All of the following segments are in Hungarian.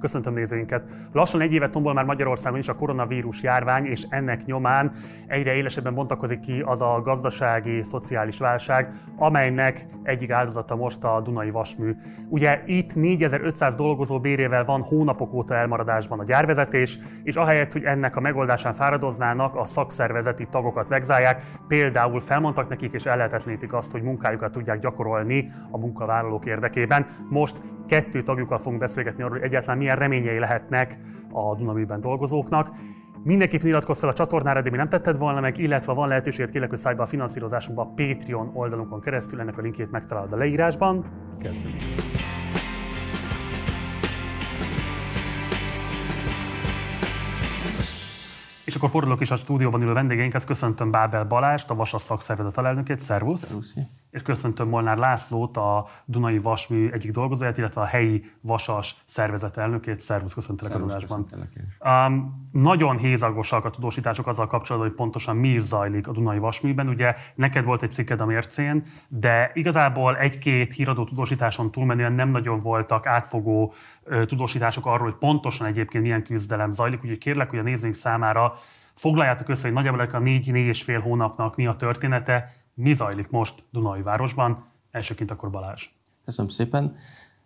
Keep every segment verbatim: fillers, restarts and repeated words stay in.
Köszöntöm nézőinket! Lassan egy évet tombol már Magyarországon is a koronavírus járvány, és ennek nyomán egyre élesebben bontakozik ki az a gazdasági, szociális válság, amelynek egyik áldozata most a Dunai Vasmű. Ugye itt négyezer-ötszáz dolgozó bérével van hónapok óta elmaradásban a gyárvezetés, és ahelyett, hogy ennek a megoldásán fáradoznának, a szakszervezeti tagokat vegzálják, például felmondtak nekik és ellehetetlenítik azt, hogy munkájukat tudják gyakorolni a munkavállalók érdekében. Most kettő tagjukkal fogunk beszélgetni arról, hogy egyáltalán milyen reményei lehetnek a Dunaműben dolgozóknak. Mindenképp iratkozz fel a csatornára, de mi nem tetted volna meg, illetve van lehetőséget, kérlek, hogy szállj be a finanszírozásunkba a Patreon oldalunkon keresztül, ennek a linkjét megtalálod a leírásban. Kezdünk! És akkor fordulok is a stúdióban ülő vendégeinkhez, köszöntöm Bábel Balást, a Vasas szakszervezet alelnökét, szervusz! Szervusz. És köszöntöm Molnár Lászlót, a Dunai Vasmű egyik dolgozóját, illetve a helyi Vasas szervezet elnökét, szervusz, köszöntelek az adásban. Um, nagyon hézagosak a tudósítások azzal kapcsolatban, hogy pontosan mi is zajlik a Dunai Vasműben. Ugye neked volt egy cikked a Mércén, de igazából egy-két híradó tudósításon túlmenően nem nagyon voltak átfogó uh, tudósítások arról, hogy pontosan egyébként milyen küzdelem zajlik. Úgyhogy kérlek, hogy a nézőink számára foglaljátok össze, hogy nagyjából a négy-négy és fél hónapnak mi a története, mi zajlik most Dunaújvárosban. Elsőként akkor Balázs. Köszönöm szépen.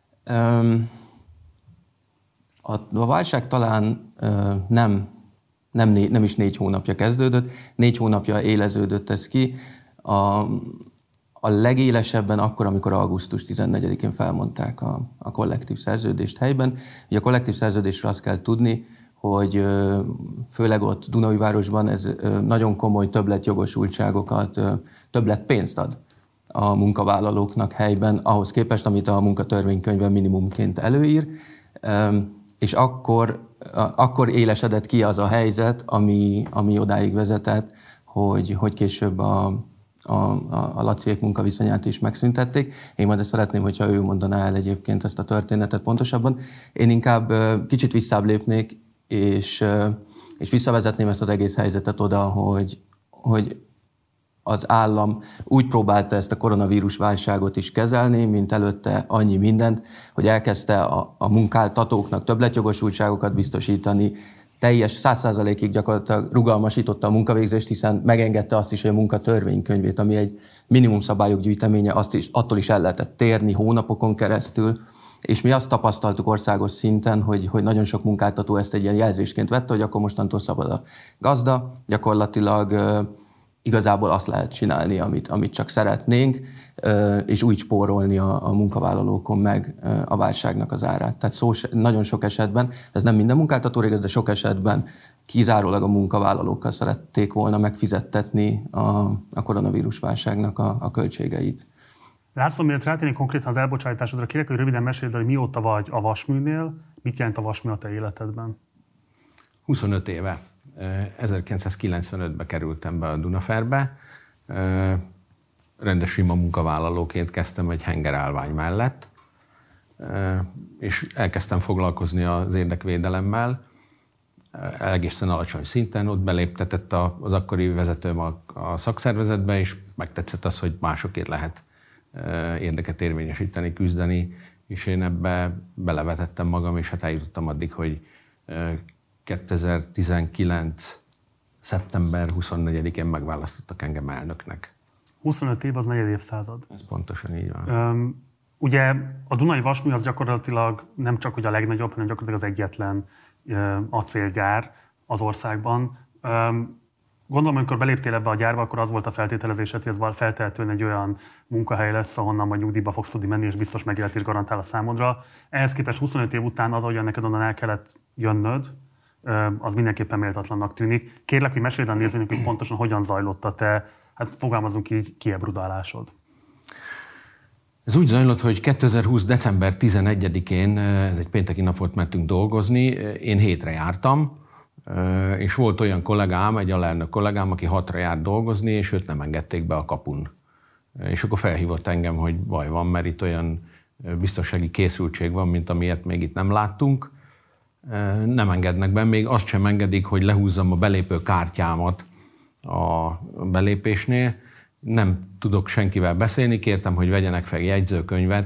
A válság talán nem, nem, né, nem is négy hónapja kezdődött, négy hónapja éleződött ez ki. A, a legélesebben akkor, amikor augusztus tizennegyedikén felmondták a, a kollektív szerződést helyben. Ugye a kollektív szerződésről azt kell tudni, hogy főleg ott Dunaújvárosban ez nagyon komoly többletjogosultságokat, többletpénzt ad a munkavállalóknak helyben, ahhoz képest, amit a munkatörvénykönyvben minimumként előír, és akkor, akkor élesedett ki az a helyzet, ami, ami odáig vezetett, hogy, hogy később a, a, a Laciék munkaviszonyát is megszüntették. Én majd ezt szeretném, hogyha ő mondaná el egyébként ezt a történetet pontosabban. Én inkább kicsit visszább lépnék, és, és visszavezetném ezt az egész helyzetet oda, hogy, hogy az állam úgy próbálta ezt a koronavírus válságot is kezelni, mint előtte annyi mindent, hogy elkezdte a, a munkáltatóknak többletjogosultságokat biztosítani, teljes száz százalékig gyakorlatilag rugalmasította a munkavégzést, hiszen megengedte azt is, hogy a munkatörvénykönyvét, ami egy minimum szabályok gyűjteménye, azt is, attól is el lehetett térni hónapokon keresztül. És mi azt tapasztaltuk országos szinten, hogy, hogy nagyon sok munkáltató ezt egy ilyen jelzésként vette, hogy akkor mostantól szabad a gazda, gyakorlatilag uh, igazából azt lehet csinálni, amit, amit csak szeretnénk, uh, és úgy spórolni a, a munkavállalókon meg uh, a válságnak az árát. Tehát szó, nagyon sok esetben, ez nem minden munkáltatóra igaz, de sok esetben kizárólag a munkavállalókkal szerették volna megfizettetni a, a koronavírus válságnak a, a költségeit. László, mielőtt rátérni konkrétan az elbocsátásodra, kérlek, hogy röviden meséld, hogy mióta vagy a Vasműnél, mit jelent a Vasmű a te életedben? huszonöt éve. ezerkilencszázkilencvenötben kerültem be a Dunaferbe. Rendes sima munkavállalóként kezdtem egy hengerállvány mellett, és elkezdtem foglalkozni az érdekvédelemmel, egészen alacsony szinten. Ott beléptetett az akkori vezetőm a, a szakszervezetbe, és megtetszett az, hogy másokért lehet érdeket érvényesíteni, küzdeni, és én ebbe belevetettem magam, és hát eljutottam addig, hogy kétezer-tizenkilenc. szeptember huszonnegyedikén megválasztottak engem elnöknek. huszonöt év az negyed évszázad. Ez pontosan így van. Üm, ugye a Dunai Vasmű az gyakorlatilag nem csak hogy a legnagyobb, hanem gyakorlatilag az egyetlen um, acélgyár az országban. Um, Gondolom, amikor beléptél ebbe a gyárba, akkor az volt a feltételezésed, hogy ez feltehetően egy olyan munkahely lesz, ahonnan majd nyugdíjba fogsz tudni menni, és biztos megélhetést garantál a számodra. Ehhez képest huszonöt év után az, ahogyan neked onnan el kellett jönnöd, az mindenképpen méltatlannak tűnik. Kérlek, hogy meséld a nézőnek, hogy pontosan hogyan zajlott a te, hát fogalmazunk így, kiebrudálásod. Ez úgy zajlott, hogy kétezer-húsz. december tizenegyedikén, ez egy pénteki nap volt, mentünk dolgozni, én hétre jártam, és volt olyan kollégám, egy alelnök kollégám, aki hatra járt dolgozni, és őt nem engedték be a kapun. És akkor felhívott engem, hogy baj van, mert itt olyan biztonsági készültség van, mint amilyet még itt nem láttunk. Nem engednek be, még azt sem engedik, hogy lehúzzam a belépő kártyámat a belépésnél. Nem tudok senkivel beszélni, kértem, hogy vegyenek fel jegyzőkönyvet,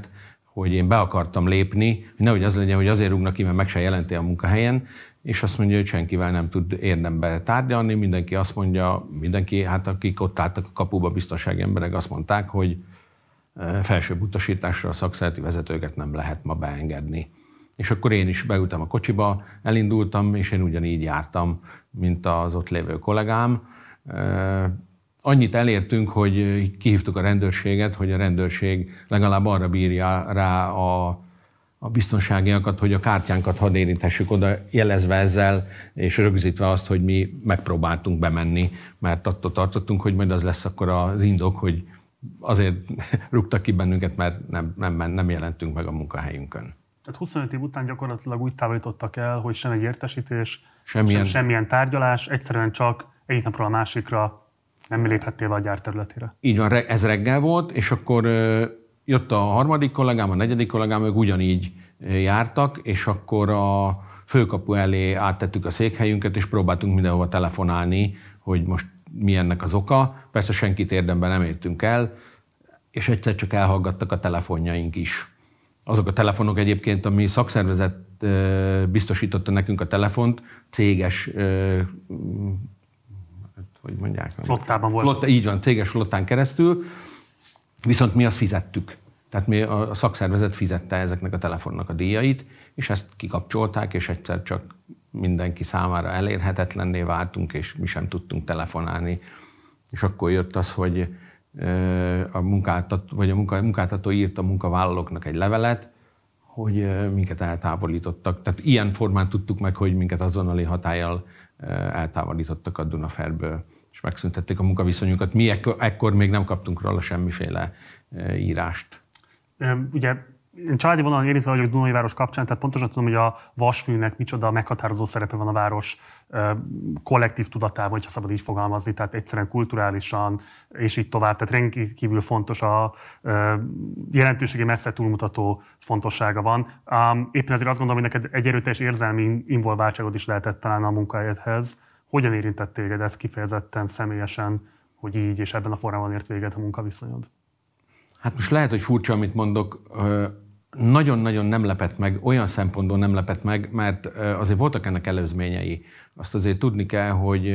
hogy én be akartam lépni, hogy nehogy az legyen, hogy azért rúgnak ki, mert meg se jelenti a munkahelyen, és azt mondja, hogy senkivel nem tud érdembe tárgyalni, mindenki azt mondja, mindenki, hát akik ott álltak a kapuba, biztonsági emberek azt mondták, hogy felsőbb utasításra a szakszereti vezetőket nem lehet ma beengedni. És akkor én is beültem a kocsiba, elindultam, és én ugyanígy jártam, mint az ott lévő kollégám. Annyit elértünk, hogy kihívtuk a rendőrséget, hogy a rendőrség legalább arra bírja rá a, a biztonságiakat, hogy a kártyánkat hadd érinthessük oda, jelezve ezzel, és rögzítve azt, hogy mi megpróbáltunk bemenni, mert attól tartottunk, hogy majd az lesz akkor az indok, hogy azért rúgtak ki bennünket, mert nem, nem, nem jelentünk meg a munkahelyünkön. Tehát huszonöt év után gyakorlatilag úgy távolítottak el, hogy sem egy értesítés, semmilyen, sem, semmilyen tárgyalás, egyszerűen csak egyik napról a másikra nem léphettél be a gyár területére. Így van, ez reggel volt, és akkor jött a harmadik kollégám, a negyedik kollégám, ők ugyanígy jártak, és akkor a főkapu elé áttettük a székhelyünket, és próbáltunk mindenhova telefonálni, hogy most mi ennek az oka. Persze senkit érdemben nem értünk el, és egyszer csak elhallgattak a telefonjaink is. Azok a telefonok egyébként, ami szakszervezet biztosította nekünk a telefont, céges, hogy mondják? Flottában volt. Flotta, így van, céges flottán keresztül, viszont mi azt fizettük. Tehát mi a szakszervezet fizette ezeknek a telefonnak a díjait, és ezt kikapcsolták, és egyszer csak mindenki számára elérhetetlenné váltunk, és mi sem tudtunk telefonálni. És akkor jött az, hogy a munkáltató, vagy a munkáltató írt a munkavállalóknak egy levelet, hogy minket eltávolítottak. Tehát ilyen formán tudtuk meg, hogy minket azonnali hatállyal eltávolítottak a Dunaferből, és megszüntették a munkaviszonyunkat. Mi ekkor, ekkor még nem kaptunk róla semmiféle írást. Ugye én családi vonalon érintve vagyok Dunajváros kapcsán, tehát pontosan tudom, hogy a vasműnek micsoda meghatározó szerepe van a város kollektív tudatában, hogyha szabad így fogalmazni, tehát egyszerűen kulturálisan, és így tovább. Tehát rendkívül fontos a jelentőségi messze túlmutató fontossága van. Éppen ezért azt gondolom, hogy neked egy erőteljes érzelmi involváltságod is lehetett talán a munkahelyedhez. Hogyan érintett téged ez kifejezetten személyesen, hogy így és ebben a formában ért véget a munkaviszonyod? Hát most lehet, hogy furcsa, amit mondok, nagyon-nagyon nem lepett meg, olyan szempontból nem lepett meg, mert azért voltak ennek előzményei. Azt azért tudni kell, hogy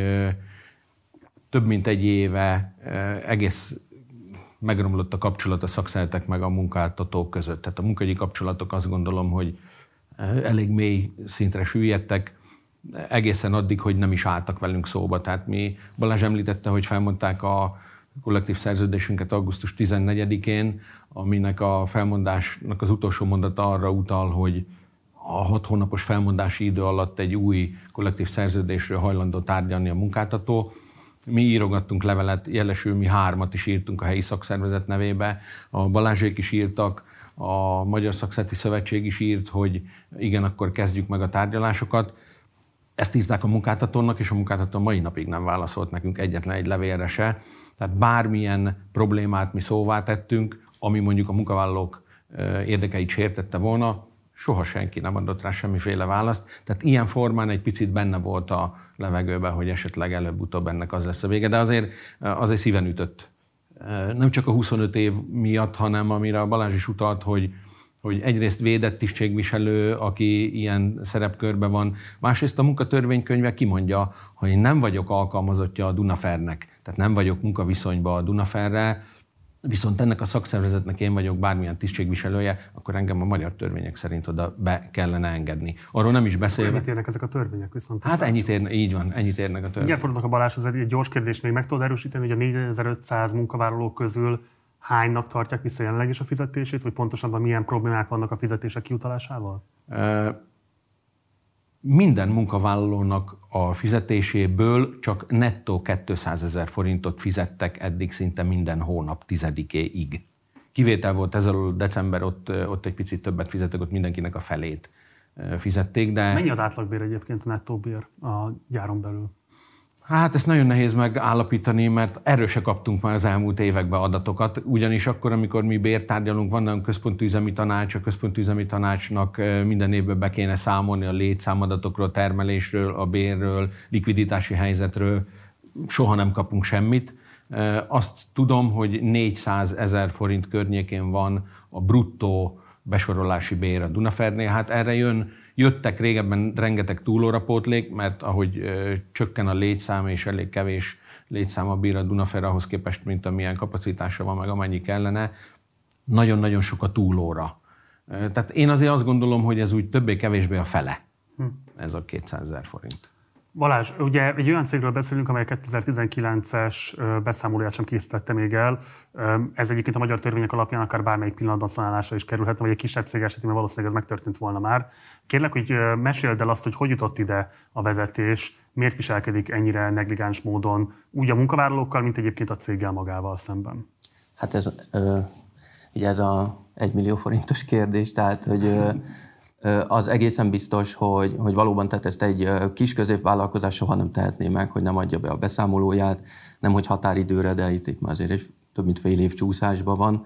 több mint egy éve egész megromlott a kapcsolat a szakszervezetek meg a munkáltatók között. Tehát a munkahogyi kapcsolatok azt gondolom, hogy elég mély szintre süllyedtek, egészen addig, hogy nem is álltak velünk szóba. Tehát mi, Balázs említette, hogy felmondták a kollektív szerződésünket augusztus tizennegyedikén, aminek a felmondásnak az utolsó mondata arra utal, hogy a hat hónapos felmondási idő alatt egy új kollektív szerződésről hajlandó tárgyalni a munkáltató. Mi írogattunk levelet, jelesül mi hármat is írtunk a helyi szakszervezet nevébe, a Balázsék is írtak, a Magyar Szakszervezeti Szövetség is írt, hogy igen, akkor kezdjük meg a tárgyalásokat. Ezt írták a munkáltatónak, és a munkáltató mai napig nem válaszolt nekünk egyetlen egy levélre se. Tehát bármilyen problémát mi szóvá tettünk, ami mondjuk a munkavállalók érdekeit sértette volna, soha senki nem adott rá semmiféle választ. Tehát ilyen formán egy picit benne volt a levegőben, hogy esetleg előbb-utóbb ennek az lesz a vége, de azért, azért szíven ütött. Nem csak a huszonöt év miatt, hanem amire a Balázs is utalt, hogy, hogy egyrészt védett tisztségviselő, aki ilyen szerepkörben van, másrészt a munkatörvénykönyve kimondja, hogy én nem vagyok alkalmazottja a Dunafernek, tehát nem vagyok munkaviszonyban a Dunaferrel, viszont ennek a szakszervezetnek én vagyok bármilyen tisztségviselője, akkor engem a magyar törvények szerint oda be kellene engedni. Arról nem is beszélve. Ennyit érnek ezek a törvények viszont? Hát ennyit érnek, így van, ennyit érnek a törvények. Igen, fordulok a Balázshoz, egy gyors kérdés, még meg tudod erősíteni, hogy a négyezer-ötszáz munkavállalók közül hánynak tartják vissza jelenleg is a fizetését, vagy pontosabban milyen problémák vannak a fizetések kiutalásával? Minden munkavállalónak a fizetéséből csak nettó kétszázezer forintot fizettek eddig szinte minden hónap tizedikéig. Kivétel volt ez alól december, ott, ott egy picit többet fizettek, ott mindenkinek a felét fizették, de... Mennyi az átlagbér egyébként a nettó bér a gyáron belül? Hát ezt nagyon nehéz megállapítani, mert erről se kaptunk már az elmúlt években adatokat, ugyanis akkor, amikor mi bértárgyalunk, van nagyon központi üzemi tanács, a központi üzemi tanácsnak minden évben be kéne számolni a létszámadatokról, termelésről, a bérről, likviditási helyzetről, soha nem kapunk semmit. Azt tudom, hogy négyszázezer forint környékén van a bruttó besorolási bér a Dunafernél. Hát erre jön, jöttek régebben rengeteg túlórapótlék, mert ahogy ö, csökken a létszám és elég kevés létszáma bír a Dunafer ahhoz képest, mint amilyen kapacitása van, meg amennyi kellene, nagyon-nagyon sok a túlóra. Tehát én azért azt gondolom, hogy ez úgy többé-kevésbé a fele, hm. ez a kétszázezer forint. Balázs, ugye egy olyan cégről beszélünk, amely kétezer-tizenkilences beszámolóját sem készítette még el. Ez egyébként a magyar törvények alapján akár bármelyik pillanatban szanálásra is kerülhetne, vagy egy kisebb cég esetében valószínűleg ez megtörtént volna már. Kérlek, hogy meséld el azt, hogy hogy jutott ide a vezetés, miért viselkedik ennyire negligáns módon úgy a munkavállalókkal, mint egyébként a céggel magával szemben. Hát ez, ö, ugye ez a egymillió forintos kérdés, tehát hogy ö, az egészen biztos, hogy, hogy valóban tehát ezt egy kis középvállalkozás soha nem tehetné meg, hogy nem adja be a beszámolóját, nem hogy határidőre, de itt, itt már azért egy több mint fél év csúszásban van.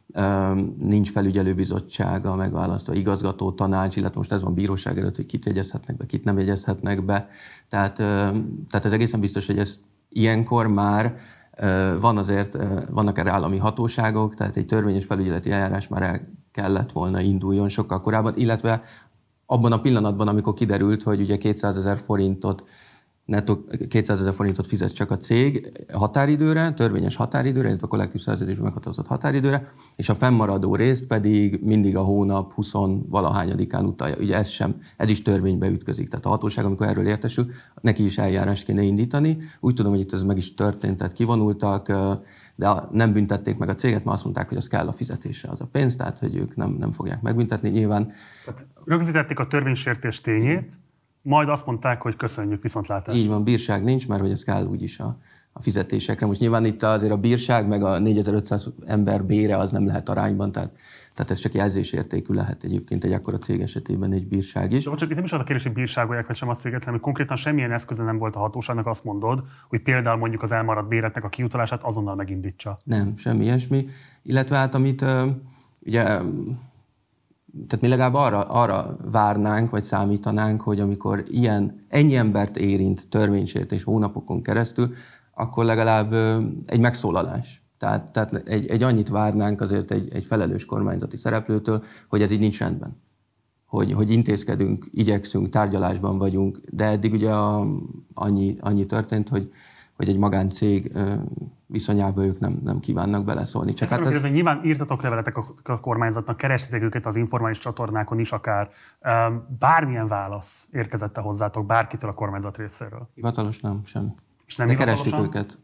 Nincs felügyelőbizottsága megválasztva, igazgató tanács, illetve most ez van bíróság előtt, hogy kit jegyezhetnek be, kit nem jegyezhetnek be. Tehát, tehát ez egészen biztos, hogy ez ilyenkor már van azért, vannak erre állami hatóságok, tehát egy törvényes felügyeleti eljárás már el kellett volna induljon sokkal korábban, illetve abban a pillanatban, amikor kiderült, hogy ugye kétszázezer forintot, netto kétszázezer forintot fizet csak a cég határidőre, törvényes határidőre, illetve a kollektív szerződésben meghatározott határidőre, és a fennmaradó részt pedig mindig a hónap huszonvalahányadikán utalja. Ugye ez sem, ez is törvénybe ütközik. Tehát a hatóság, amikor erről értesül, neki is eljárás kéne indítani. Úgy tudom, hogy itt ez meg is történt, tehát kivonultak, de nem büntették meg a céget, mert azt mondták, hogy az kell a fizetése, az a pénz, tehát hogy ők nem, nem fogják megbüntetni. Nyilván... Tehát rögzítették a törvénysértés tényét, majd azt mondták, hogy köszönjük, viszontlátásra. Így van, bírság nincs, mert hogy ez kell úgyis a, a fizetésekre. Most nyilván itt azért a bírság, meg a négyezer-ötszáz ember bére az nem lehet arányban, tehát, tehát ez csak jelzésértékű lehet egyébként egy akkora cég esetében egy bírság is. De bocsánat, itt nem is az a kérdés, hogy bírságolják, vagy sem a céget, hanem hogy konkrétan semmilyen eszköze nem volt a hatóságnak, azt mondod, hogy például mondjuk az elmaradt béretnek a kiutalását azonnal megindítsa. Nem, semmi ilyesmi. Illetve hát amit ugye... Tehát mi legalább arra, arra várnánk, vagy számítanánk, hogy amikor ilyen, ennyi embert érint törvénysértés hónapokon keresztül, akkor legalább egy megszólalás. Tehát, tehát egy, egy annyit várnánk azért egy, egy felelős kormányzati szereplőtől, hogy ez így nincs rendben. Hogy, hogy intézkedünk, igyekszünk, tárgyalásban vagyunk, de eddig ugye a, annyi, annyi történt, hogy, hogy egy magáncég viszonyában ők nem, nem kívánnak beleszólni. Csak hát ez... kérdezni, nyilván írtatok leveletek a kormányzatnak, kerestitek őket az informális csatornákon is akár. Bármilyen válasz érkezett hozzátok bárkitől a kormányzat részéről? Hivatalos nem, sem. És nem de kerestük őket.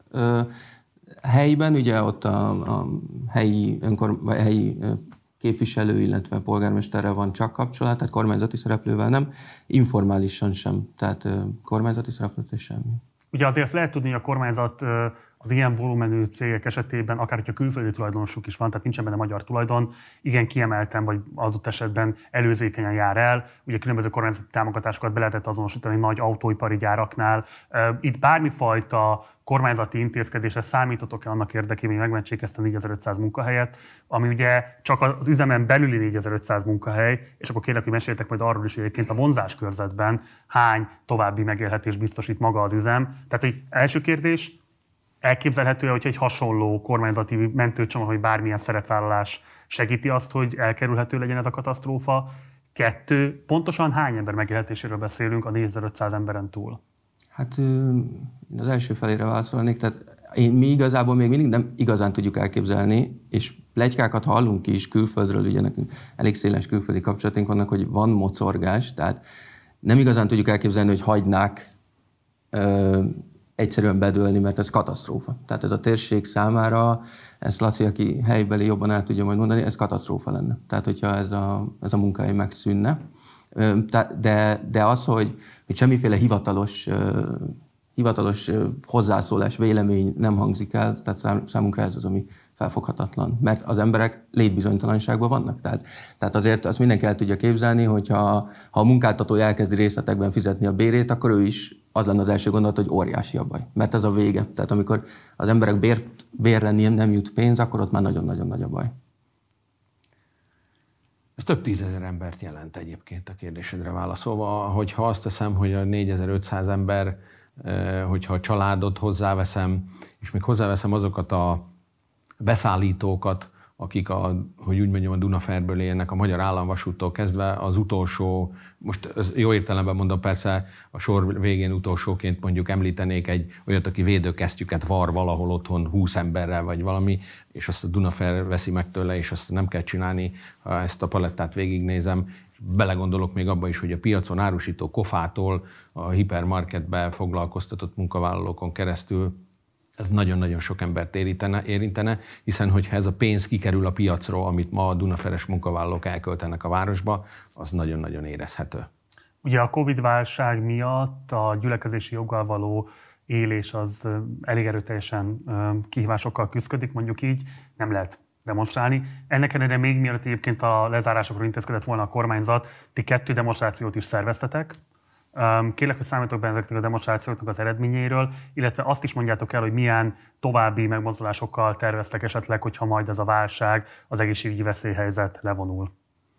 Helyben ugye ott a, a helyi, önkor, vagy helyi képviselő, illetve polgármesterrel van csak kapcsolat, tehát kormányzati szereplővel nem, informálisan sem, tehát kormányzati szereplőt és semmi. Ugye azért azt lehet tudni, hogy a kormányzat az ilyen volumenű cégek esetében, akár hogyha külföldi tulajdonosuk is van, tehát nincsen benne magyar tulajdon, igen kiemelten, vagy adott esetben előzékenyen jár el. Ugye különböző kormányzati támogatásokat be lehetett azonosítani nagy autóipari gyáraknál. Itt bármifajta kormányzati intézkedésre számítotok-e annak érdekében, hogy megmentsék ezt a négyezer-ötszáz munkahelyet, ami ugye csak az üzemen belüli négyezer-ötszáz munkahely, és akkor kérlek, hogy meséljetek majd arról is, hogy egyébként a vonzás körzetben hány további megélhetést biztosít maga az üzem. Tehát, hogy első kérdés, elképzelhető-e, hogyha egy hasonló kormányzati mentőcsomag, vagy bármilyen szerepvállalás segíti azt, hogy elkerülhető legyen ez a katasztrófa? Kettő, pontosan hány ember megélhetéséről beszélünk a négyezer-ötszáz emberen túl? Hát az első felére válaszolnék, tehát én, mi igazából még mindig nem igazán tudjuk elképzelni, és pletykákat hallunk is külföldről, ugye nekünk elég széles külföldi kapcsolatunk vannak, hogy van mocorgás, tehát nem igazán tudjuk elképzelni, hogy hagynák ö, egyszerűen bedőlni, mert ez katasztrófa. Tehát ez a térség számára, ezt Laci, aki helybeli jobban el tudja majd mondani, ez katasztrófa lenne. Tehát, hogyha ez a, ez a munkahely megszűnne. De, de az, hogy, hogy semmiféle hivatalos, hivatalos hozzászólás, vélemény nem hangzik el, tehát számunkra ez az, ami felfoghatatlan. Mert az emberek létbizonytalanságban vannak. Tehát, tehát azért azt mindenki el tudja képzelni, hogyha ha a munkáltató elkezdi részletekben fizetni a bérét, akkor ő is az lenne az első gondolat, hogy óriási a baj. Mert ez a vége. Tehát amikor az emberek bér, bérre nem jut pénz, akkor ott már nagyon-nagyon nagy a baj. Ez több tízezer embert jelent egyébként a kérdésedre válaszolva. Hogyha azt teszem, hogy a négyezer-ötszáz ember, hogyha a családot hozzáveszem, és még hozzáveszem azokat a beszállítókat, akik, a, hogy úgy mondjam, a Dunaferből élnek, a Magyar Államvasúttól kezdve az utolsó, most jó értelemben mondom, persze a sor végén utolsóként mondjuk említenék egy olyat, aki védőkesztyüket var valahol otthon húsz emberrel, vagy valami, és azt a Dunafer veszi meg tőle, és azt nem kell csinálni, ha ezt a palettát végignézem. Belegondolok még abba is, hogy a piacon árusító kofától a hipermarketbe foglalkoztatott munkavállalókon keresztül ez nagyon-nagyon sok embert érintene, érintene, hiszen hogyha ez a pénz kikerül a piacról, amit ma a dunaferes munkavállalók elköltenek a városba, az nagyon-nagyon érezhető. Ugye a Covid-válság miatt a gyülekezési joggal való élés az elég erőteljesen kihívásokkal küszködik, mondjuk így, nem lehet demonstrálni. Ennek ellenére még mielőtt egyébként a lezárásokról intézkedett volna a kormányzat, ti kettő demonstrációt is szerveztetek. Kérlek, hogy számítok be ezeknek a demonstrációknak az eredményeiről, illetve azt is mondjátok el, hogy milyen további megmozdulásokkal terveztek esetleg, hogyha majd ez a válság, az egészségügyi veszélyhelyzet levonul.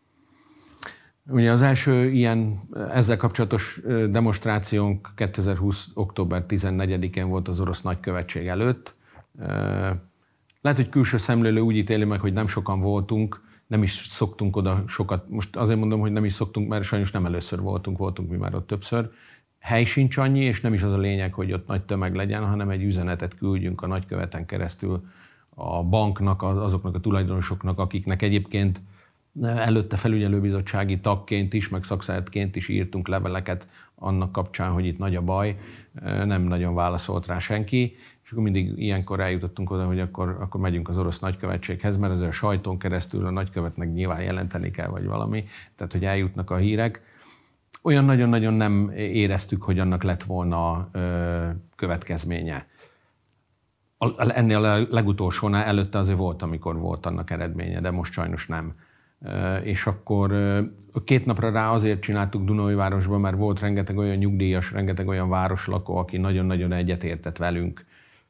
Ugye az első ilyen ezzel kapcsolatos demonstrációnk kétezer-húsz. október tizennegyedikén volt az orosz nagykövetség előtt. Lehet, hogy külső szemlélő úgy ítéli meg, hogy nem sokan voltunk, nem is szoktunk oda sokat. Most azért mondom, hogy nem is szoktunk, mert sajnos nem először voltunk, voltunk mi már ott többször. Hely sincs annyi, és nem is az a lényeg, hogy ott nagy tömeg legyen, hanem egy üzenetet küldjünk a nagyköveten keresztül a banknak, azoknak a tulajdonosoknak, akiknek egyébként előtte felügyelőbizottsági tagként is, meg szakszervezetként is írtunk leveleket annak kapcsán, hogy itt nagy a baj, nem nagyon válaszolt rá senki, és akkor mindig ilyenkor eljutottunk oda, hogy akkor, akkor megyünk az orosz nagykövetséghez, mert azért a sajtón keresztül a nagykövetnek nyilván jelenteni kell, vagy valami, tehát hogy eljutnak a hírek. Olyan nagyon-nagyon nem éreztük, hogy annak lett volna ö, következménye. Ennél a legutolsónál előtte azért volt, amikor volt annak eredménye, de most sajnos nem. És akkor két napra rá azért csináltuk Dunaújvárosban, mert volt rengeteg olyan nyugdíjas, rengeteg olyan városlakó, aki nagyon-nagyon egyetértett velünk,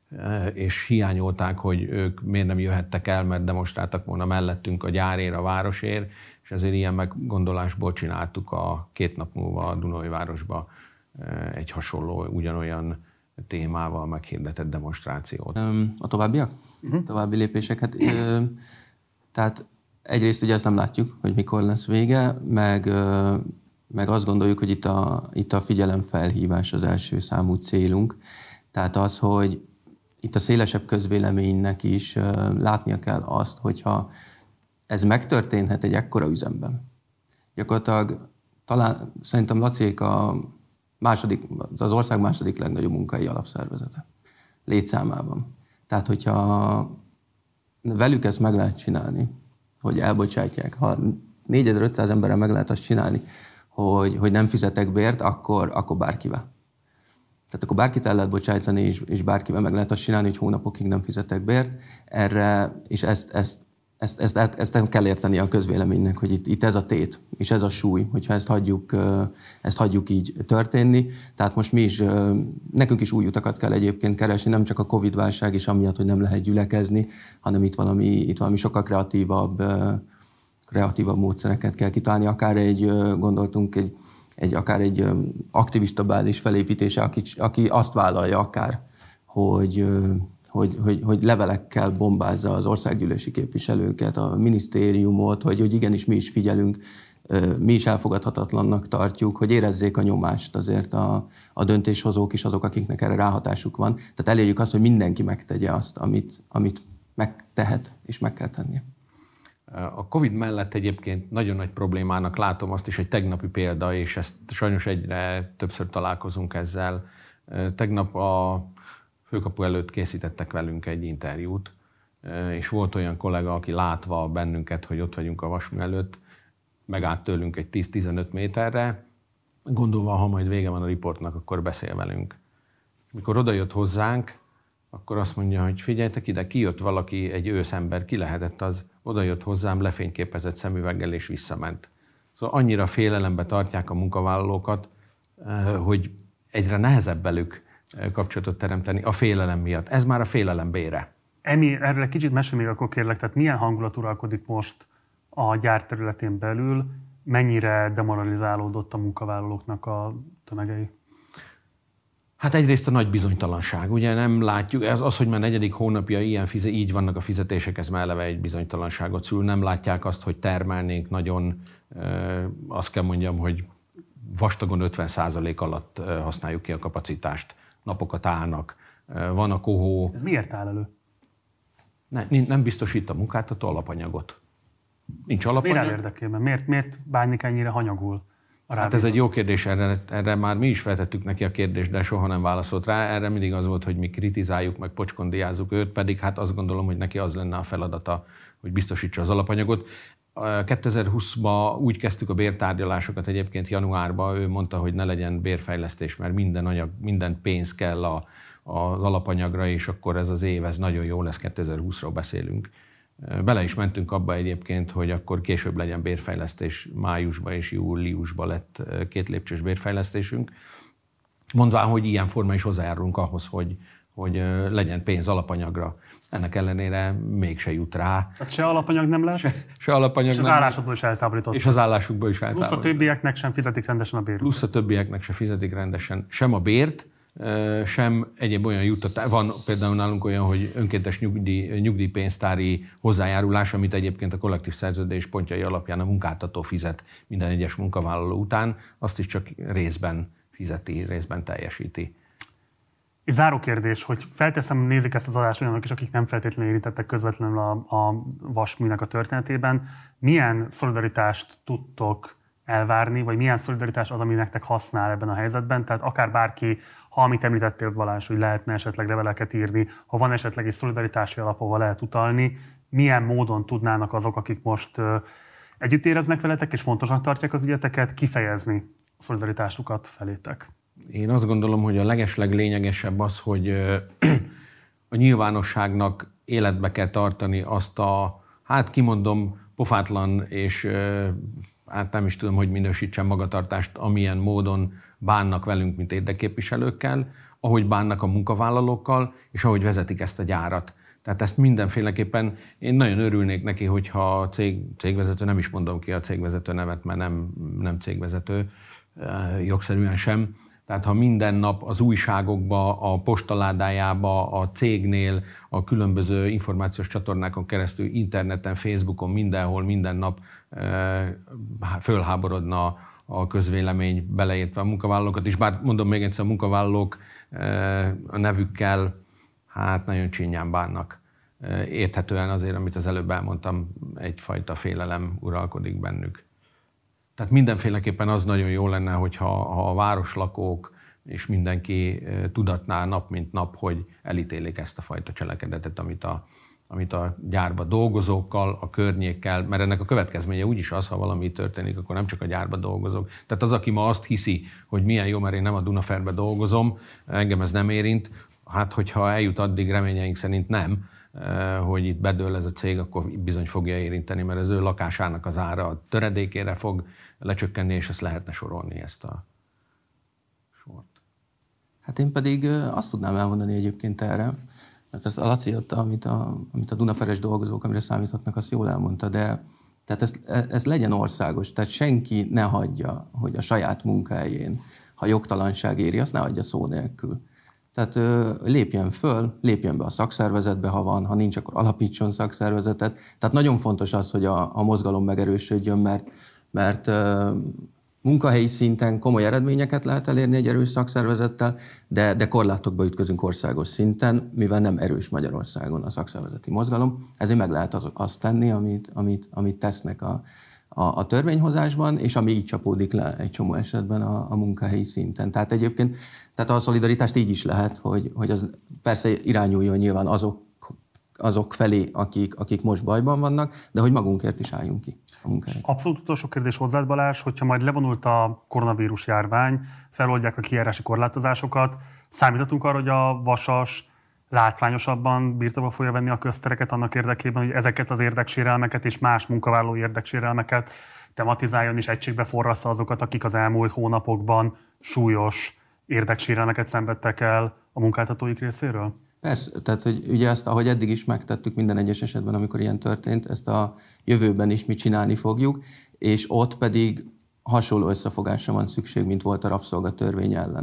és hiányolták, hogy ők miért nem jöhettek el, mert demonstráltak volna mellettünk a gyárért, a városért, és ezért ilyen meggondolásból csináltuk a két nap múlva a Dunaújvárosba egy hasonló, ugyanolyan témával meghirdetett demonstrációt. A továbbiak? Uh-huh. További lépések. Hát, ö, tehát egyrészt ugye ezt nem látjuk, hogy mikor lesz vége, meg, ö, meg azt gondoljuk, hogy itt a, itt a figyelemfelhívás az első számú célunk. Tehát az, hogy itt a szélesebb közvéleménynek is ö, látnia kell azt, hogyha ez megtörténhet egy ekkora üzemben. Gyakorlatilag talán szerintem Laciék a második, az ország második legnagyobb munkai alapszervezete létszámában. Tehát, hogyha velük ezt meg lehet csinálni, hogy elbocsátják, ha négyezer-ötszáz emberrel meg lehet azt csinálni, hogy, hogy nem fizetek bért, akkor, akkor bárkivel. Tehát akkor bárkit el lehet bocsájtani, és, és bárkivel meg lehet azt csinálni, hogy hónapokig nem fizetek bért. Erre, és ezt, ezt, ezt, ezt, ezt, ezt nem kell érteni a közvéleménynek, hogy itt, itt ez a tét, és ez a súly, hogyha ezt hagyjuk, ezt hagyjuk így történni. Tehát most mi is, nekünk is új utakat kell egyébként keresni, nem csak a Covid-válság is amiatt, hogy nem lehet gyülekezni, hanem itt valami, itt valami sokkal kreatívabb, kreatívabb módszereket kell kitalálni. Akár egy, gondoltunk, egy, egy, akár egy aktivista bázis felépítése, aki, aki azt vállalja akár, hogy Hogy, hogy, hogy levelekkel bombázza az országgyűlési képviselőket, a minisztériumot, hogy, hogy igenis mi is figyelünk, mi is elfogadhatatlannak tartjuk, hogy érezzék a nyomást azért a, a döntéshozók is, azok, akiknek erre ráhatásuk van. Tehát elérjük azt, hogy mindenki megtegye azt, amit, amit megtehet és meg kell tennie. A Covid mellett egyébként nagyon nagy problémának látom azt is, egy tegnapi példa, és ezt sajnos egyre többször találkozunk ezzel. Tegnap a Főkapu előtt készítettek velünk egy interjút, és volt olyan kollega, aki látva bennünket, hogy ott vagyunk a vasmű előtt, megállt tőlünk egy tíz-tizenöt méterre, gondolva, ha majd vége van a riportnak, akkor beszél velünk. Mikor odajött hozzánk, akkor azt mondja, hogy figyeljetek ide, kijött valaki, egy őszember, ki lehetett az, odajött hozzám, lefényképezett szemüveggel és visszament. Szóval annyira félelembe tartják a munkavállalókat, hogy egyre nehezebb velük kapcsolatot teremteni a félelem miatt. Ez már a félelem bére. Emi, erről egy kicsit mesélj még akkor kérlek, tehát milyen hangulat uralkodik most a gyár területén belül, mennyire demoralizálódott a munkavállalóknak a tömegei? Hát egyrészt a nagy bizonytalanság. Ugye nem látjuk, ez az, hogy már negyedik hónapja ilyen fize, így vannak a fizetések, ez már eleve egy bizonytalanságot szül. Nem látják azt, hogy termelnénk nagyon, azt kell mondjam, hogy vastagon ötven százalék alatt használjuk ki a kapacitást. Napokat állnak, van a kohó. Ez miért áll elő? Ne, nem biztosít a munkáltató alapanyagot. Nincs alapanyag. Miért áll érdekében? Miért, miért bánik ennyire hanyagul? Hát ez egy jó kérdés, erre, erre már mi is feltettük neki a kérdést, de soha nem válaszolt rá. Erre mindig az volt, hogy mi kritizáljuk, meg pocskondiázzuk őt, pedig hát azt gondolom, hogy neki az lenne a feladata, hogy biztosítsa az alapanyagot. kétezer-húszban úgy kezdtük a bértárgyalásokat, egyébként januárban ő mondta, hogy ne legyen bérfejlesztés, mert minden anyag, minden pénz kell a, az alapanyagra, és akkor ez az év, ez nagyon jó lesz, kétezer-húszról beszélünk. Bele is mentünk abba egyébként, hogy akkor később legyen bérfejlesztés, májusban és júliusban lett két lépcsős bérfejlesztésünk. Mondván, hogy ilyen formán is hozzájárulunk ahhoz, hogy, hogy legyen pénz alapanyagra. Ennek ellenére mégse jut rá. Tehát se alapanyag nem lett, se, se alapanyag és az nem állásodból is eltávolított. És az állásukból is eltávolított. Plusz a többieknek sem fizetik rendesen a bért. Plusz a többieknek sem fizetik rendesen sem a bért, sem egyéb olyan juttatás. Van például nálunk olyan, hogy önkéntes nyugdíj, nyugdíjpénztári hozzájárulás, amit egyébként a kollektív szerződés pontjai alapján a munkáltató fizet minden egyes munkavállaló után, azt is csak részben fizeti, részben teljesíti. Egy záró kérdés, hogy felteszem, nézik ezt az adást olyanok is, akik nem feltétlenül érintettek közvetlenül a, a vasműnek a történetében. Milyen szolidaritást tudtok elvárni, vagy milyen szolidaritás az, ami nektek használ ebben a helyzetben? Tehát akár bárki, ha amit említettél, Balázs, hogy lehetne esetleg leveleket írni, ha van esetleg egy szolidaritási alap, ahol lehet utalni, milyen módon tudnának azok, akik most uh, együtt éreznek veletek, és fontosnak tartják az ügyeteket, kifejezni szolidaritásukat felétek? Én azt gondolom, hogy a legesleg lényegesebb az, hogy a nyilvánosságnak életbe kell tartani azt a, hát kimondom, pofátlan és hát nem is tudom, hogy minősítsem magatartást, amilyen módon bánnak velünk, mint érdekképviselőkkel, ahogy bánnak a munkavállalókkal, és ahogy vezetik ezt a gyárat. Tehát ezt mindenféleképpen én nagyon örülnék neki, hogyha a cég, cégvezető, nem is mondom ki a cégvezető nevet, mert nem, nem cégvezető, jogszerűen sem. Tehát ha minden nap az újságokba, a postaládájába, a cégnél, a különböző információs csatornákon keresztül, interneten, Facebookon, mindenhol, minden nap e, fölháborodna a közvélemény, beleértve a munkavállalókat is. Bár mondom még egyszer, a munkavállalók e, a nevükkel hát nagyon csinyán bánnak. E, érthetően azért, amit az előbb elmondtam, egyfajta félelem uralkodik bennük. Tehát mindenféleképpen az nagyon jó lenne, hogyha ha a városlakók és mindenki tudatná nap mint nap, hogy elítélik ezt a fajta cselekedetet, amit a, amit a gyárba dolgozókkal, a környékkel, mert ennek a következménye úgyis az, ha valami történik, akkor nem csak a gyárba dolgozók. Tehát az, aki ma azt hiszi, hogy milyen jó, mert én nem a Dunaferbe dolgozom, engem ez nem érint, hát hogyha eljut addig, reményeink szerint nem, hogy itt bedől ez a cég, akkor bizony fogja érinteni, mert az ő lakásának az ára a töredékére fog lecsökkenni, és ezt lehetne sorolni, ezt a sort. Hát én pedig azt tudnám elmondani egyébként erre, mert az a Laci, amit a, amit a Dunaferes dolgozók, amire számíthatnak, azt jól elmondta, de tehát ez, ez legyen országos, tehát senki ne hagyja, hogy a saját munkahelyén, ha jogtalanság éri, azt ne hagyja szó nélkül. Tehát ö, lépjen föl, lépjen be a szakszervezetbe, ha van, ha nincs, akkor alapítson szakszervezetet. Tehát nagyon fontos az, hogy a, a mozgalom megerősödjön, mert, mert ö, munkahelyi szinten komoly eredményeket lehet elérni egy erős szakszervezettel, de, de korlátokba ütközünk országos szinten, mivel nem erős Magyarországon a szakszervezeti mozgalom. Ezért meg lehet az, azt tenni, amit, amit, amit tesznek a, a, a törvényhozásban, és ami így csapódik le egy csomó esetben a, a munkahelyi szinten. Tehát egyébként tehát a szolidaritást így is lehet, hogy, hogy az persze irányuljon nyilván azok, azok felé, akik, akik most bajban vannak, de hogy magunkért is álljunk ki a munkáért. Abszolút utolsó kérdés hozzád, Balázs, hogyha majd levonult a koronavírus járvány, feloldják a kijárási korlátozásokat, számíthatunk arra, hogy a Vasas látványosabban birtokba fogja venni a köztereket annak érdekében, hogy ezeket az érdeksérelmeket és más munkavállaló érdeksérelmeket tematizáljon és egységbe forrassza azokat, akik az elmúlt hónapokban súlyos érdeksérelmeket szenvedtek el a munkáltatóik részéről? Persze, tehát hogy ugye ezt, ahogy eddig is megtettük minden egyes esetben, amikor ilyen történt, ezt a jövőben is mi csinálni fogjuk, és ott pedig hasonló összefogásra van szükség, mint volt a rabszolgatörvény ellen.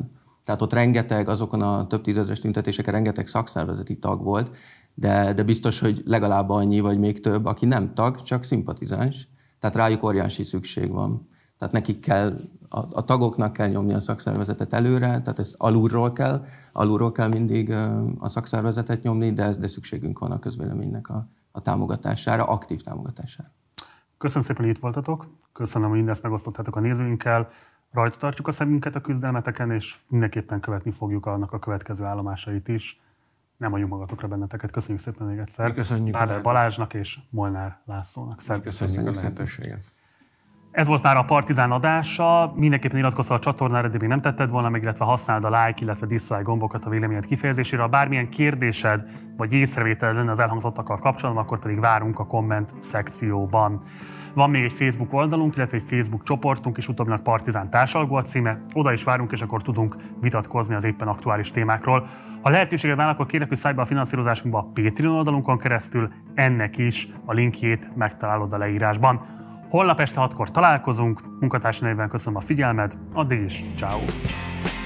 Tehát ott rengeteg, azokon a több tízezres tüntetéseken rengeteg szakszervezeti tag volt, de, de biztos, hogy legalább annyi, vagy még több, aki nem tag, csak szimpatizáns. Tehát rájuk óriási szükség van. Tehát nekik kell, a, a tagoknak kell nyomni a szakszervezetet előre, tehát ez alulról kell, alulról kell mindig a szakszervezetet nyomni, de, de szükségünk van a közvéleménynek a, a támogatására, aktív támogatására. Köszönöm szépen, hogy itt voltatok. Köszönöm, hogy mindezt megosztottátok a nézőinkkel. Rajta tartjuk a szemünket a küzdelmeteken, és mindenképpen követni fogjuk annak a következő állomásait is. Nem hagyjuk magatokra benneteket. Köszönjük szépen még egyszer. Köszönjük Bábel Balázsnak és Molnár Lászlónak. Köszönjük a lehetőséget. Ez volt már a Partizán adása. Mindenképpen iratkozz a csatornára, de még nem tetted volna meg, illetve használd a like, illetve dislike gombokat a véleményed kifejezésére. Ha bármilyen kérdésed vagy észrevételed lenne az elhangzottakkal kapcsolatban, akkor pedig várunk a komment szekcióban. Van még egy Facebook oldalunk, illetve egy Facebook csoportunk, és utóbbinak Partizán társalgó a címe. Oda is várunk, és akkor tudunk vitatkozni az éppen aktuális témákról. Ha lehetőséged van, akkor kérlek, hogy szállj be a finanszírozásunkba a Patreon oldalunkon keresztül. Ennek is a linkjét megtalálod a leírásban. Holnap este hatkor találkozunk. Munkatársi nevében köszönöm a figyelmet. Addig is, ciao.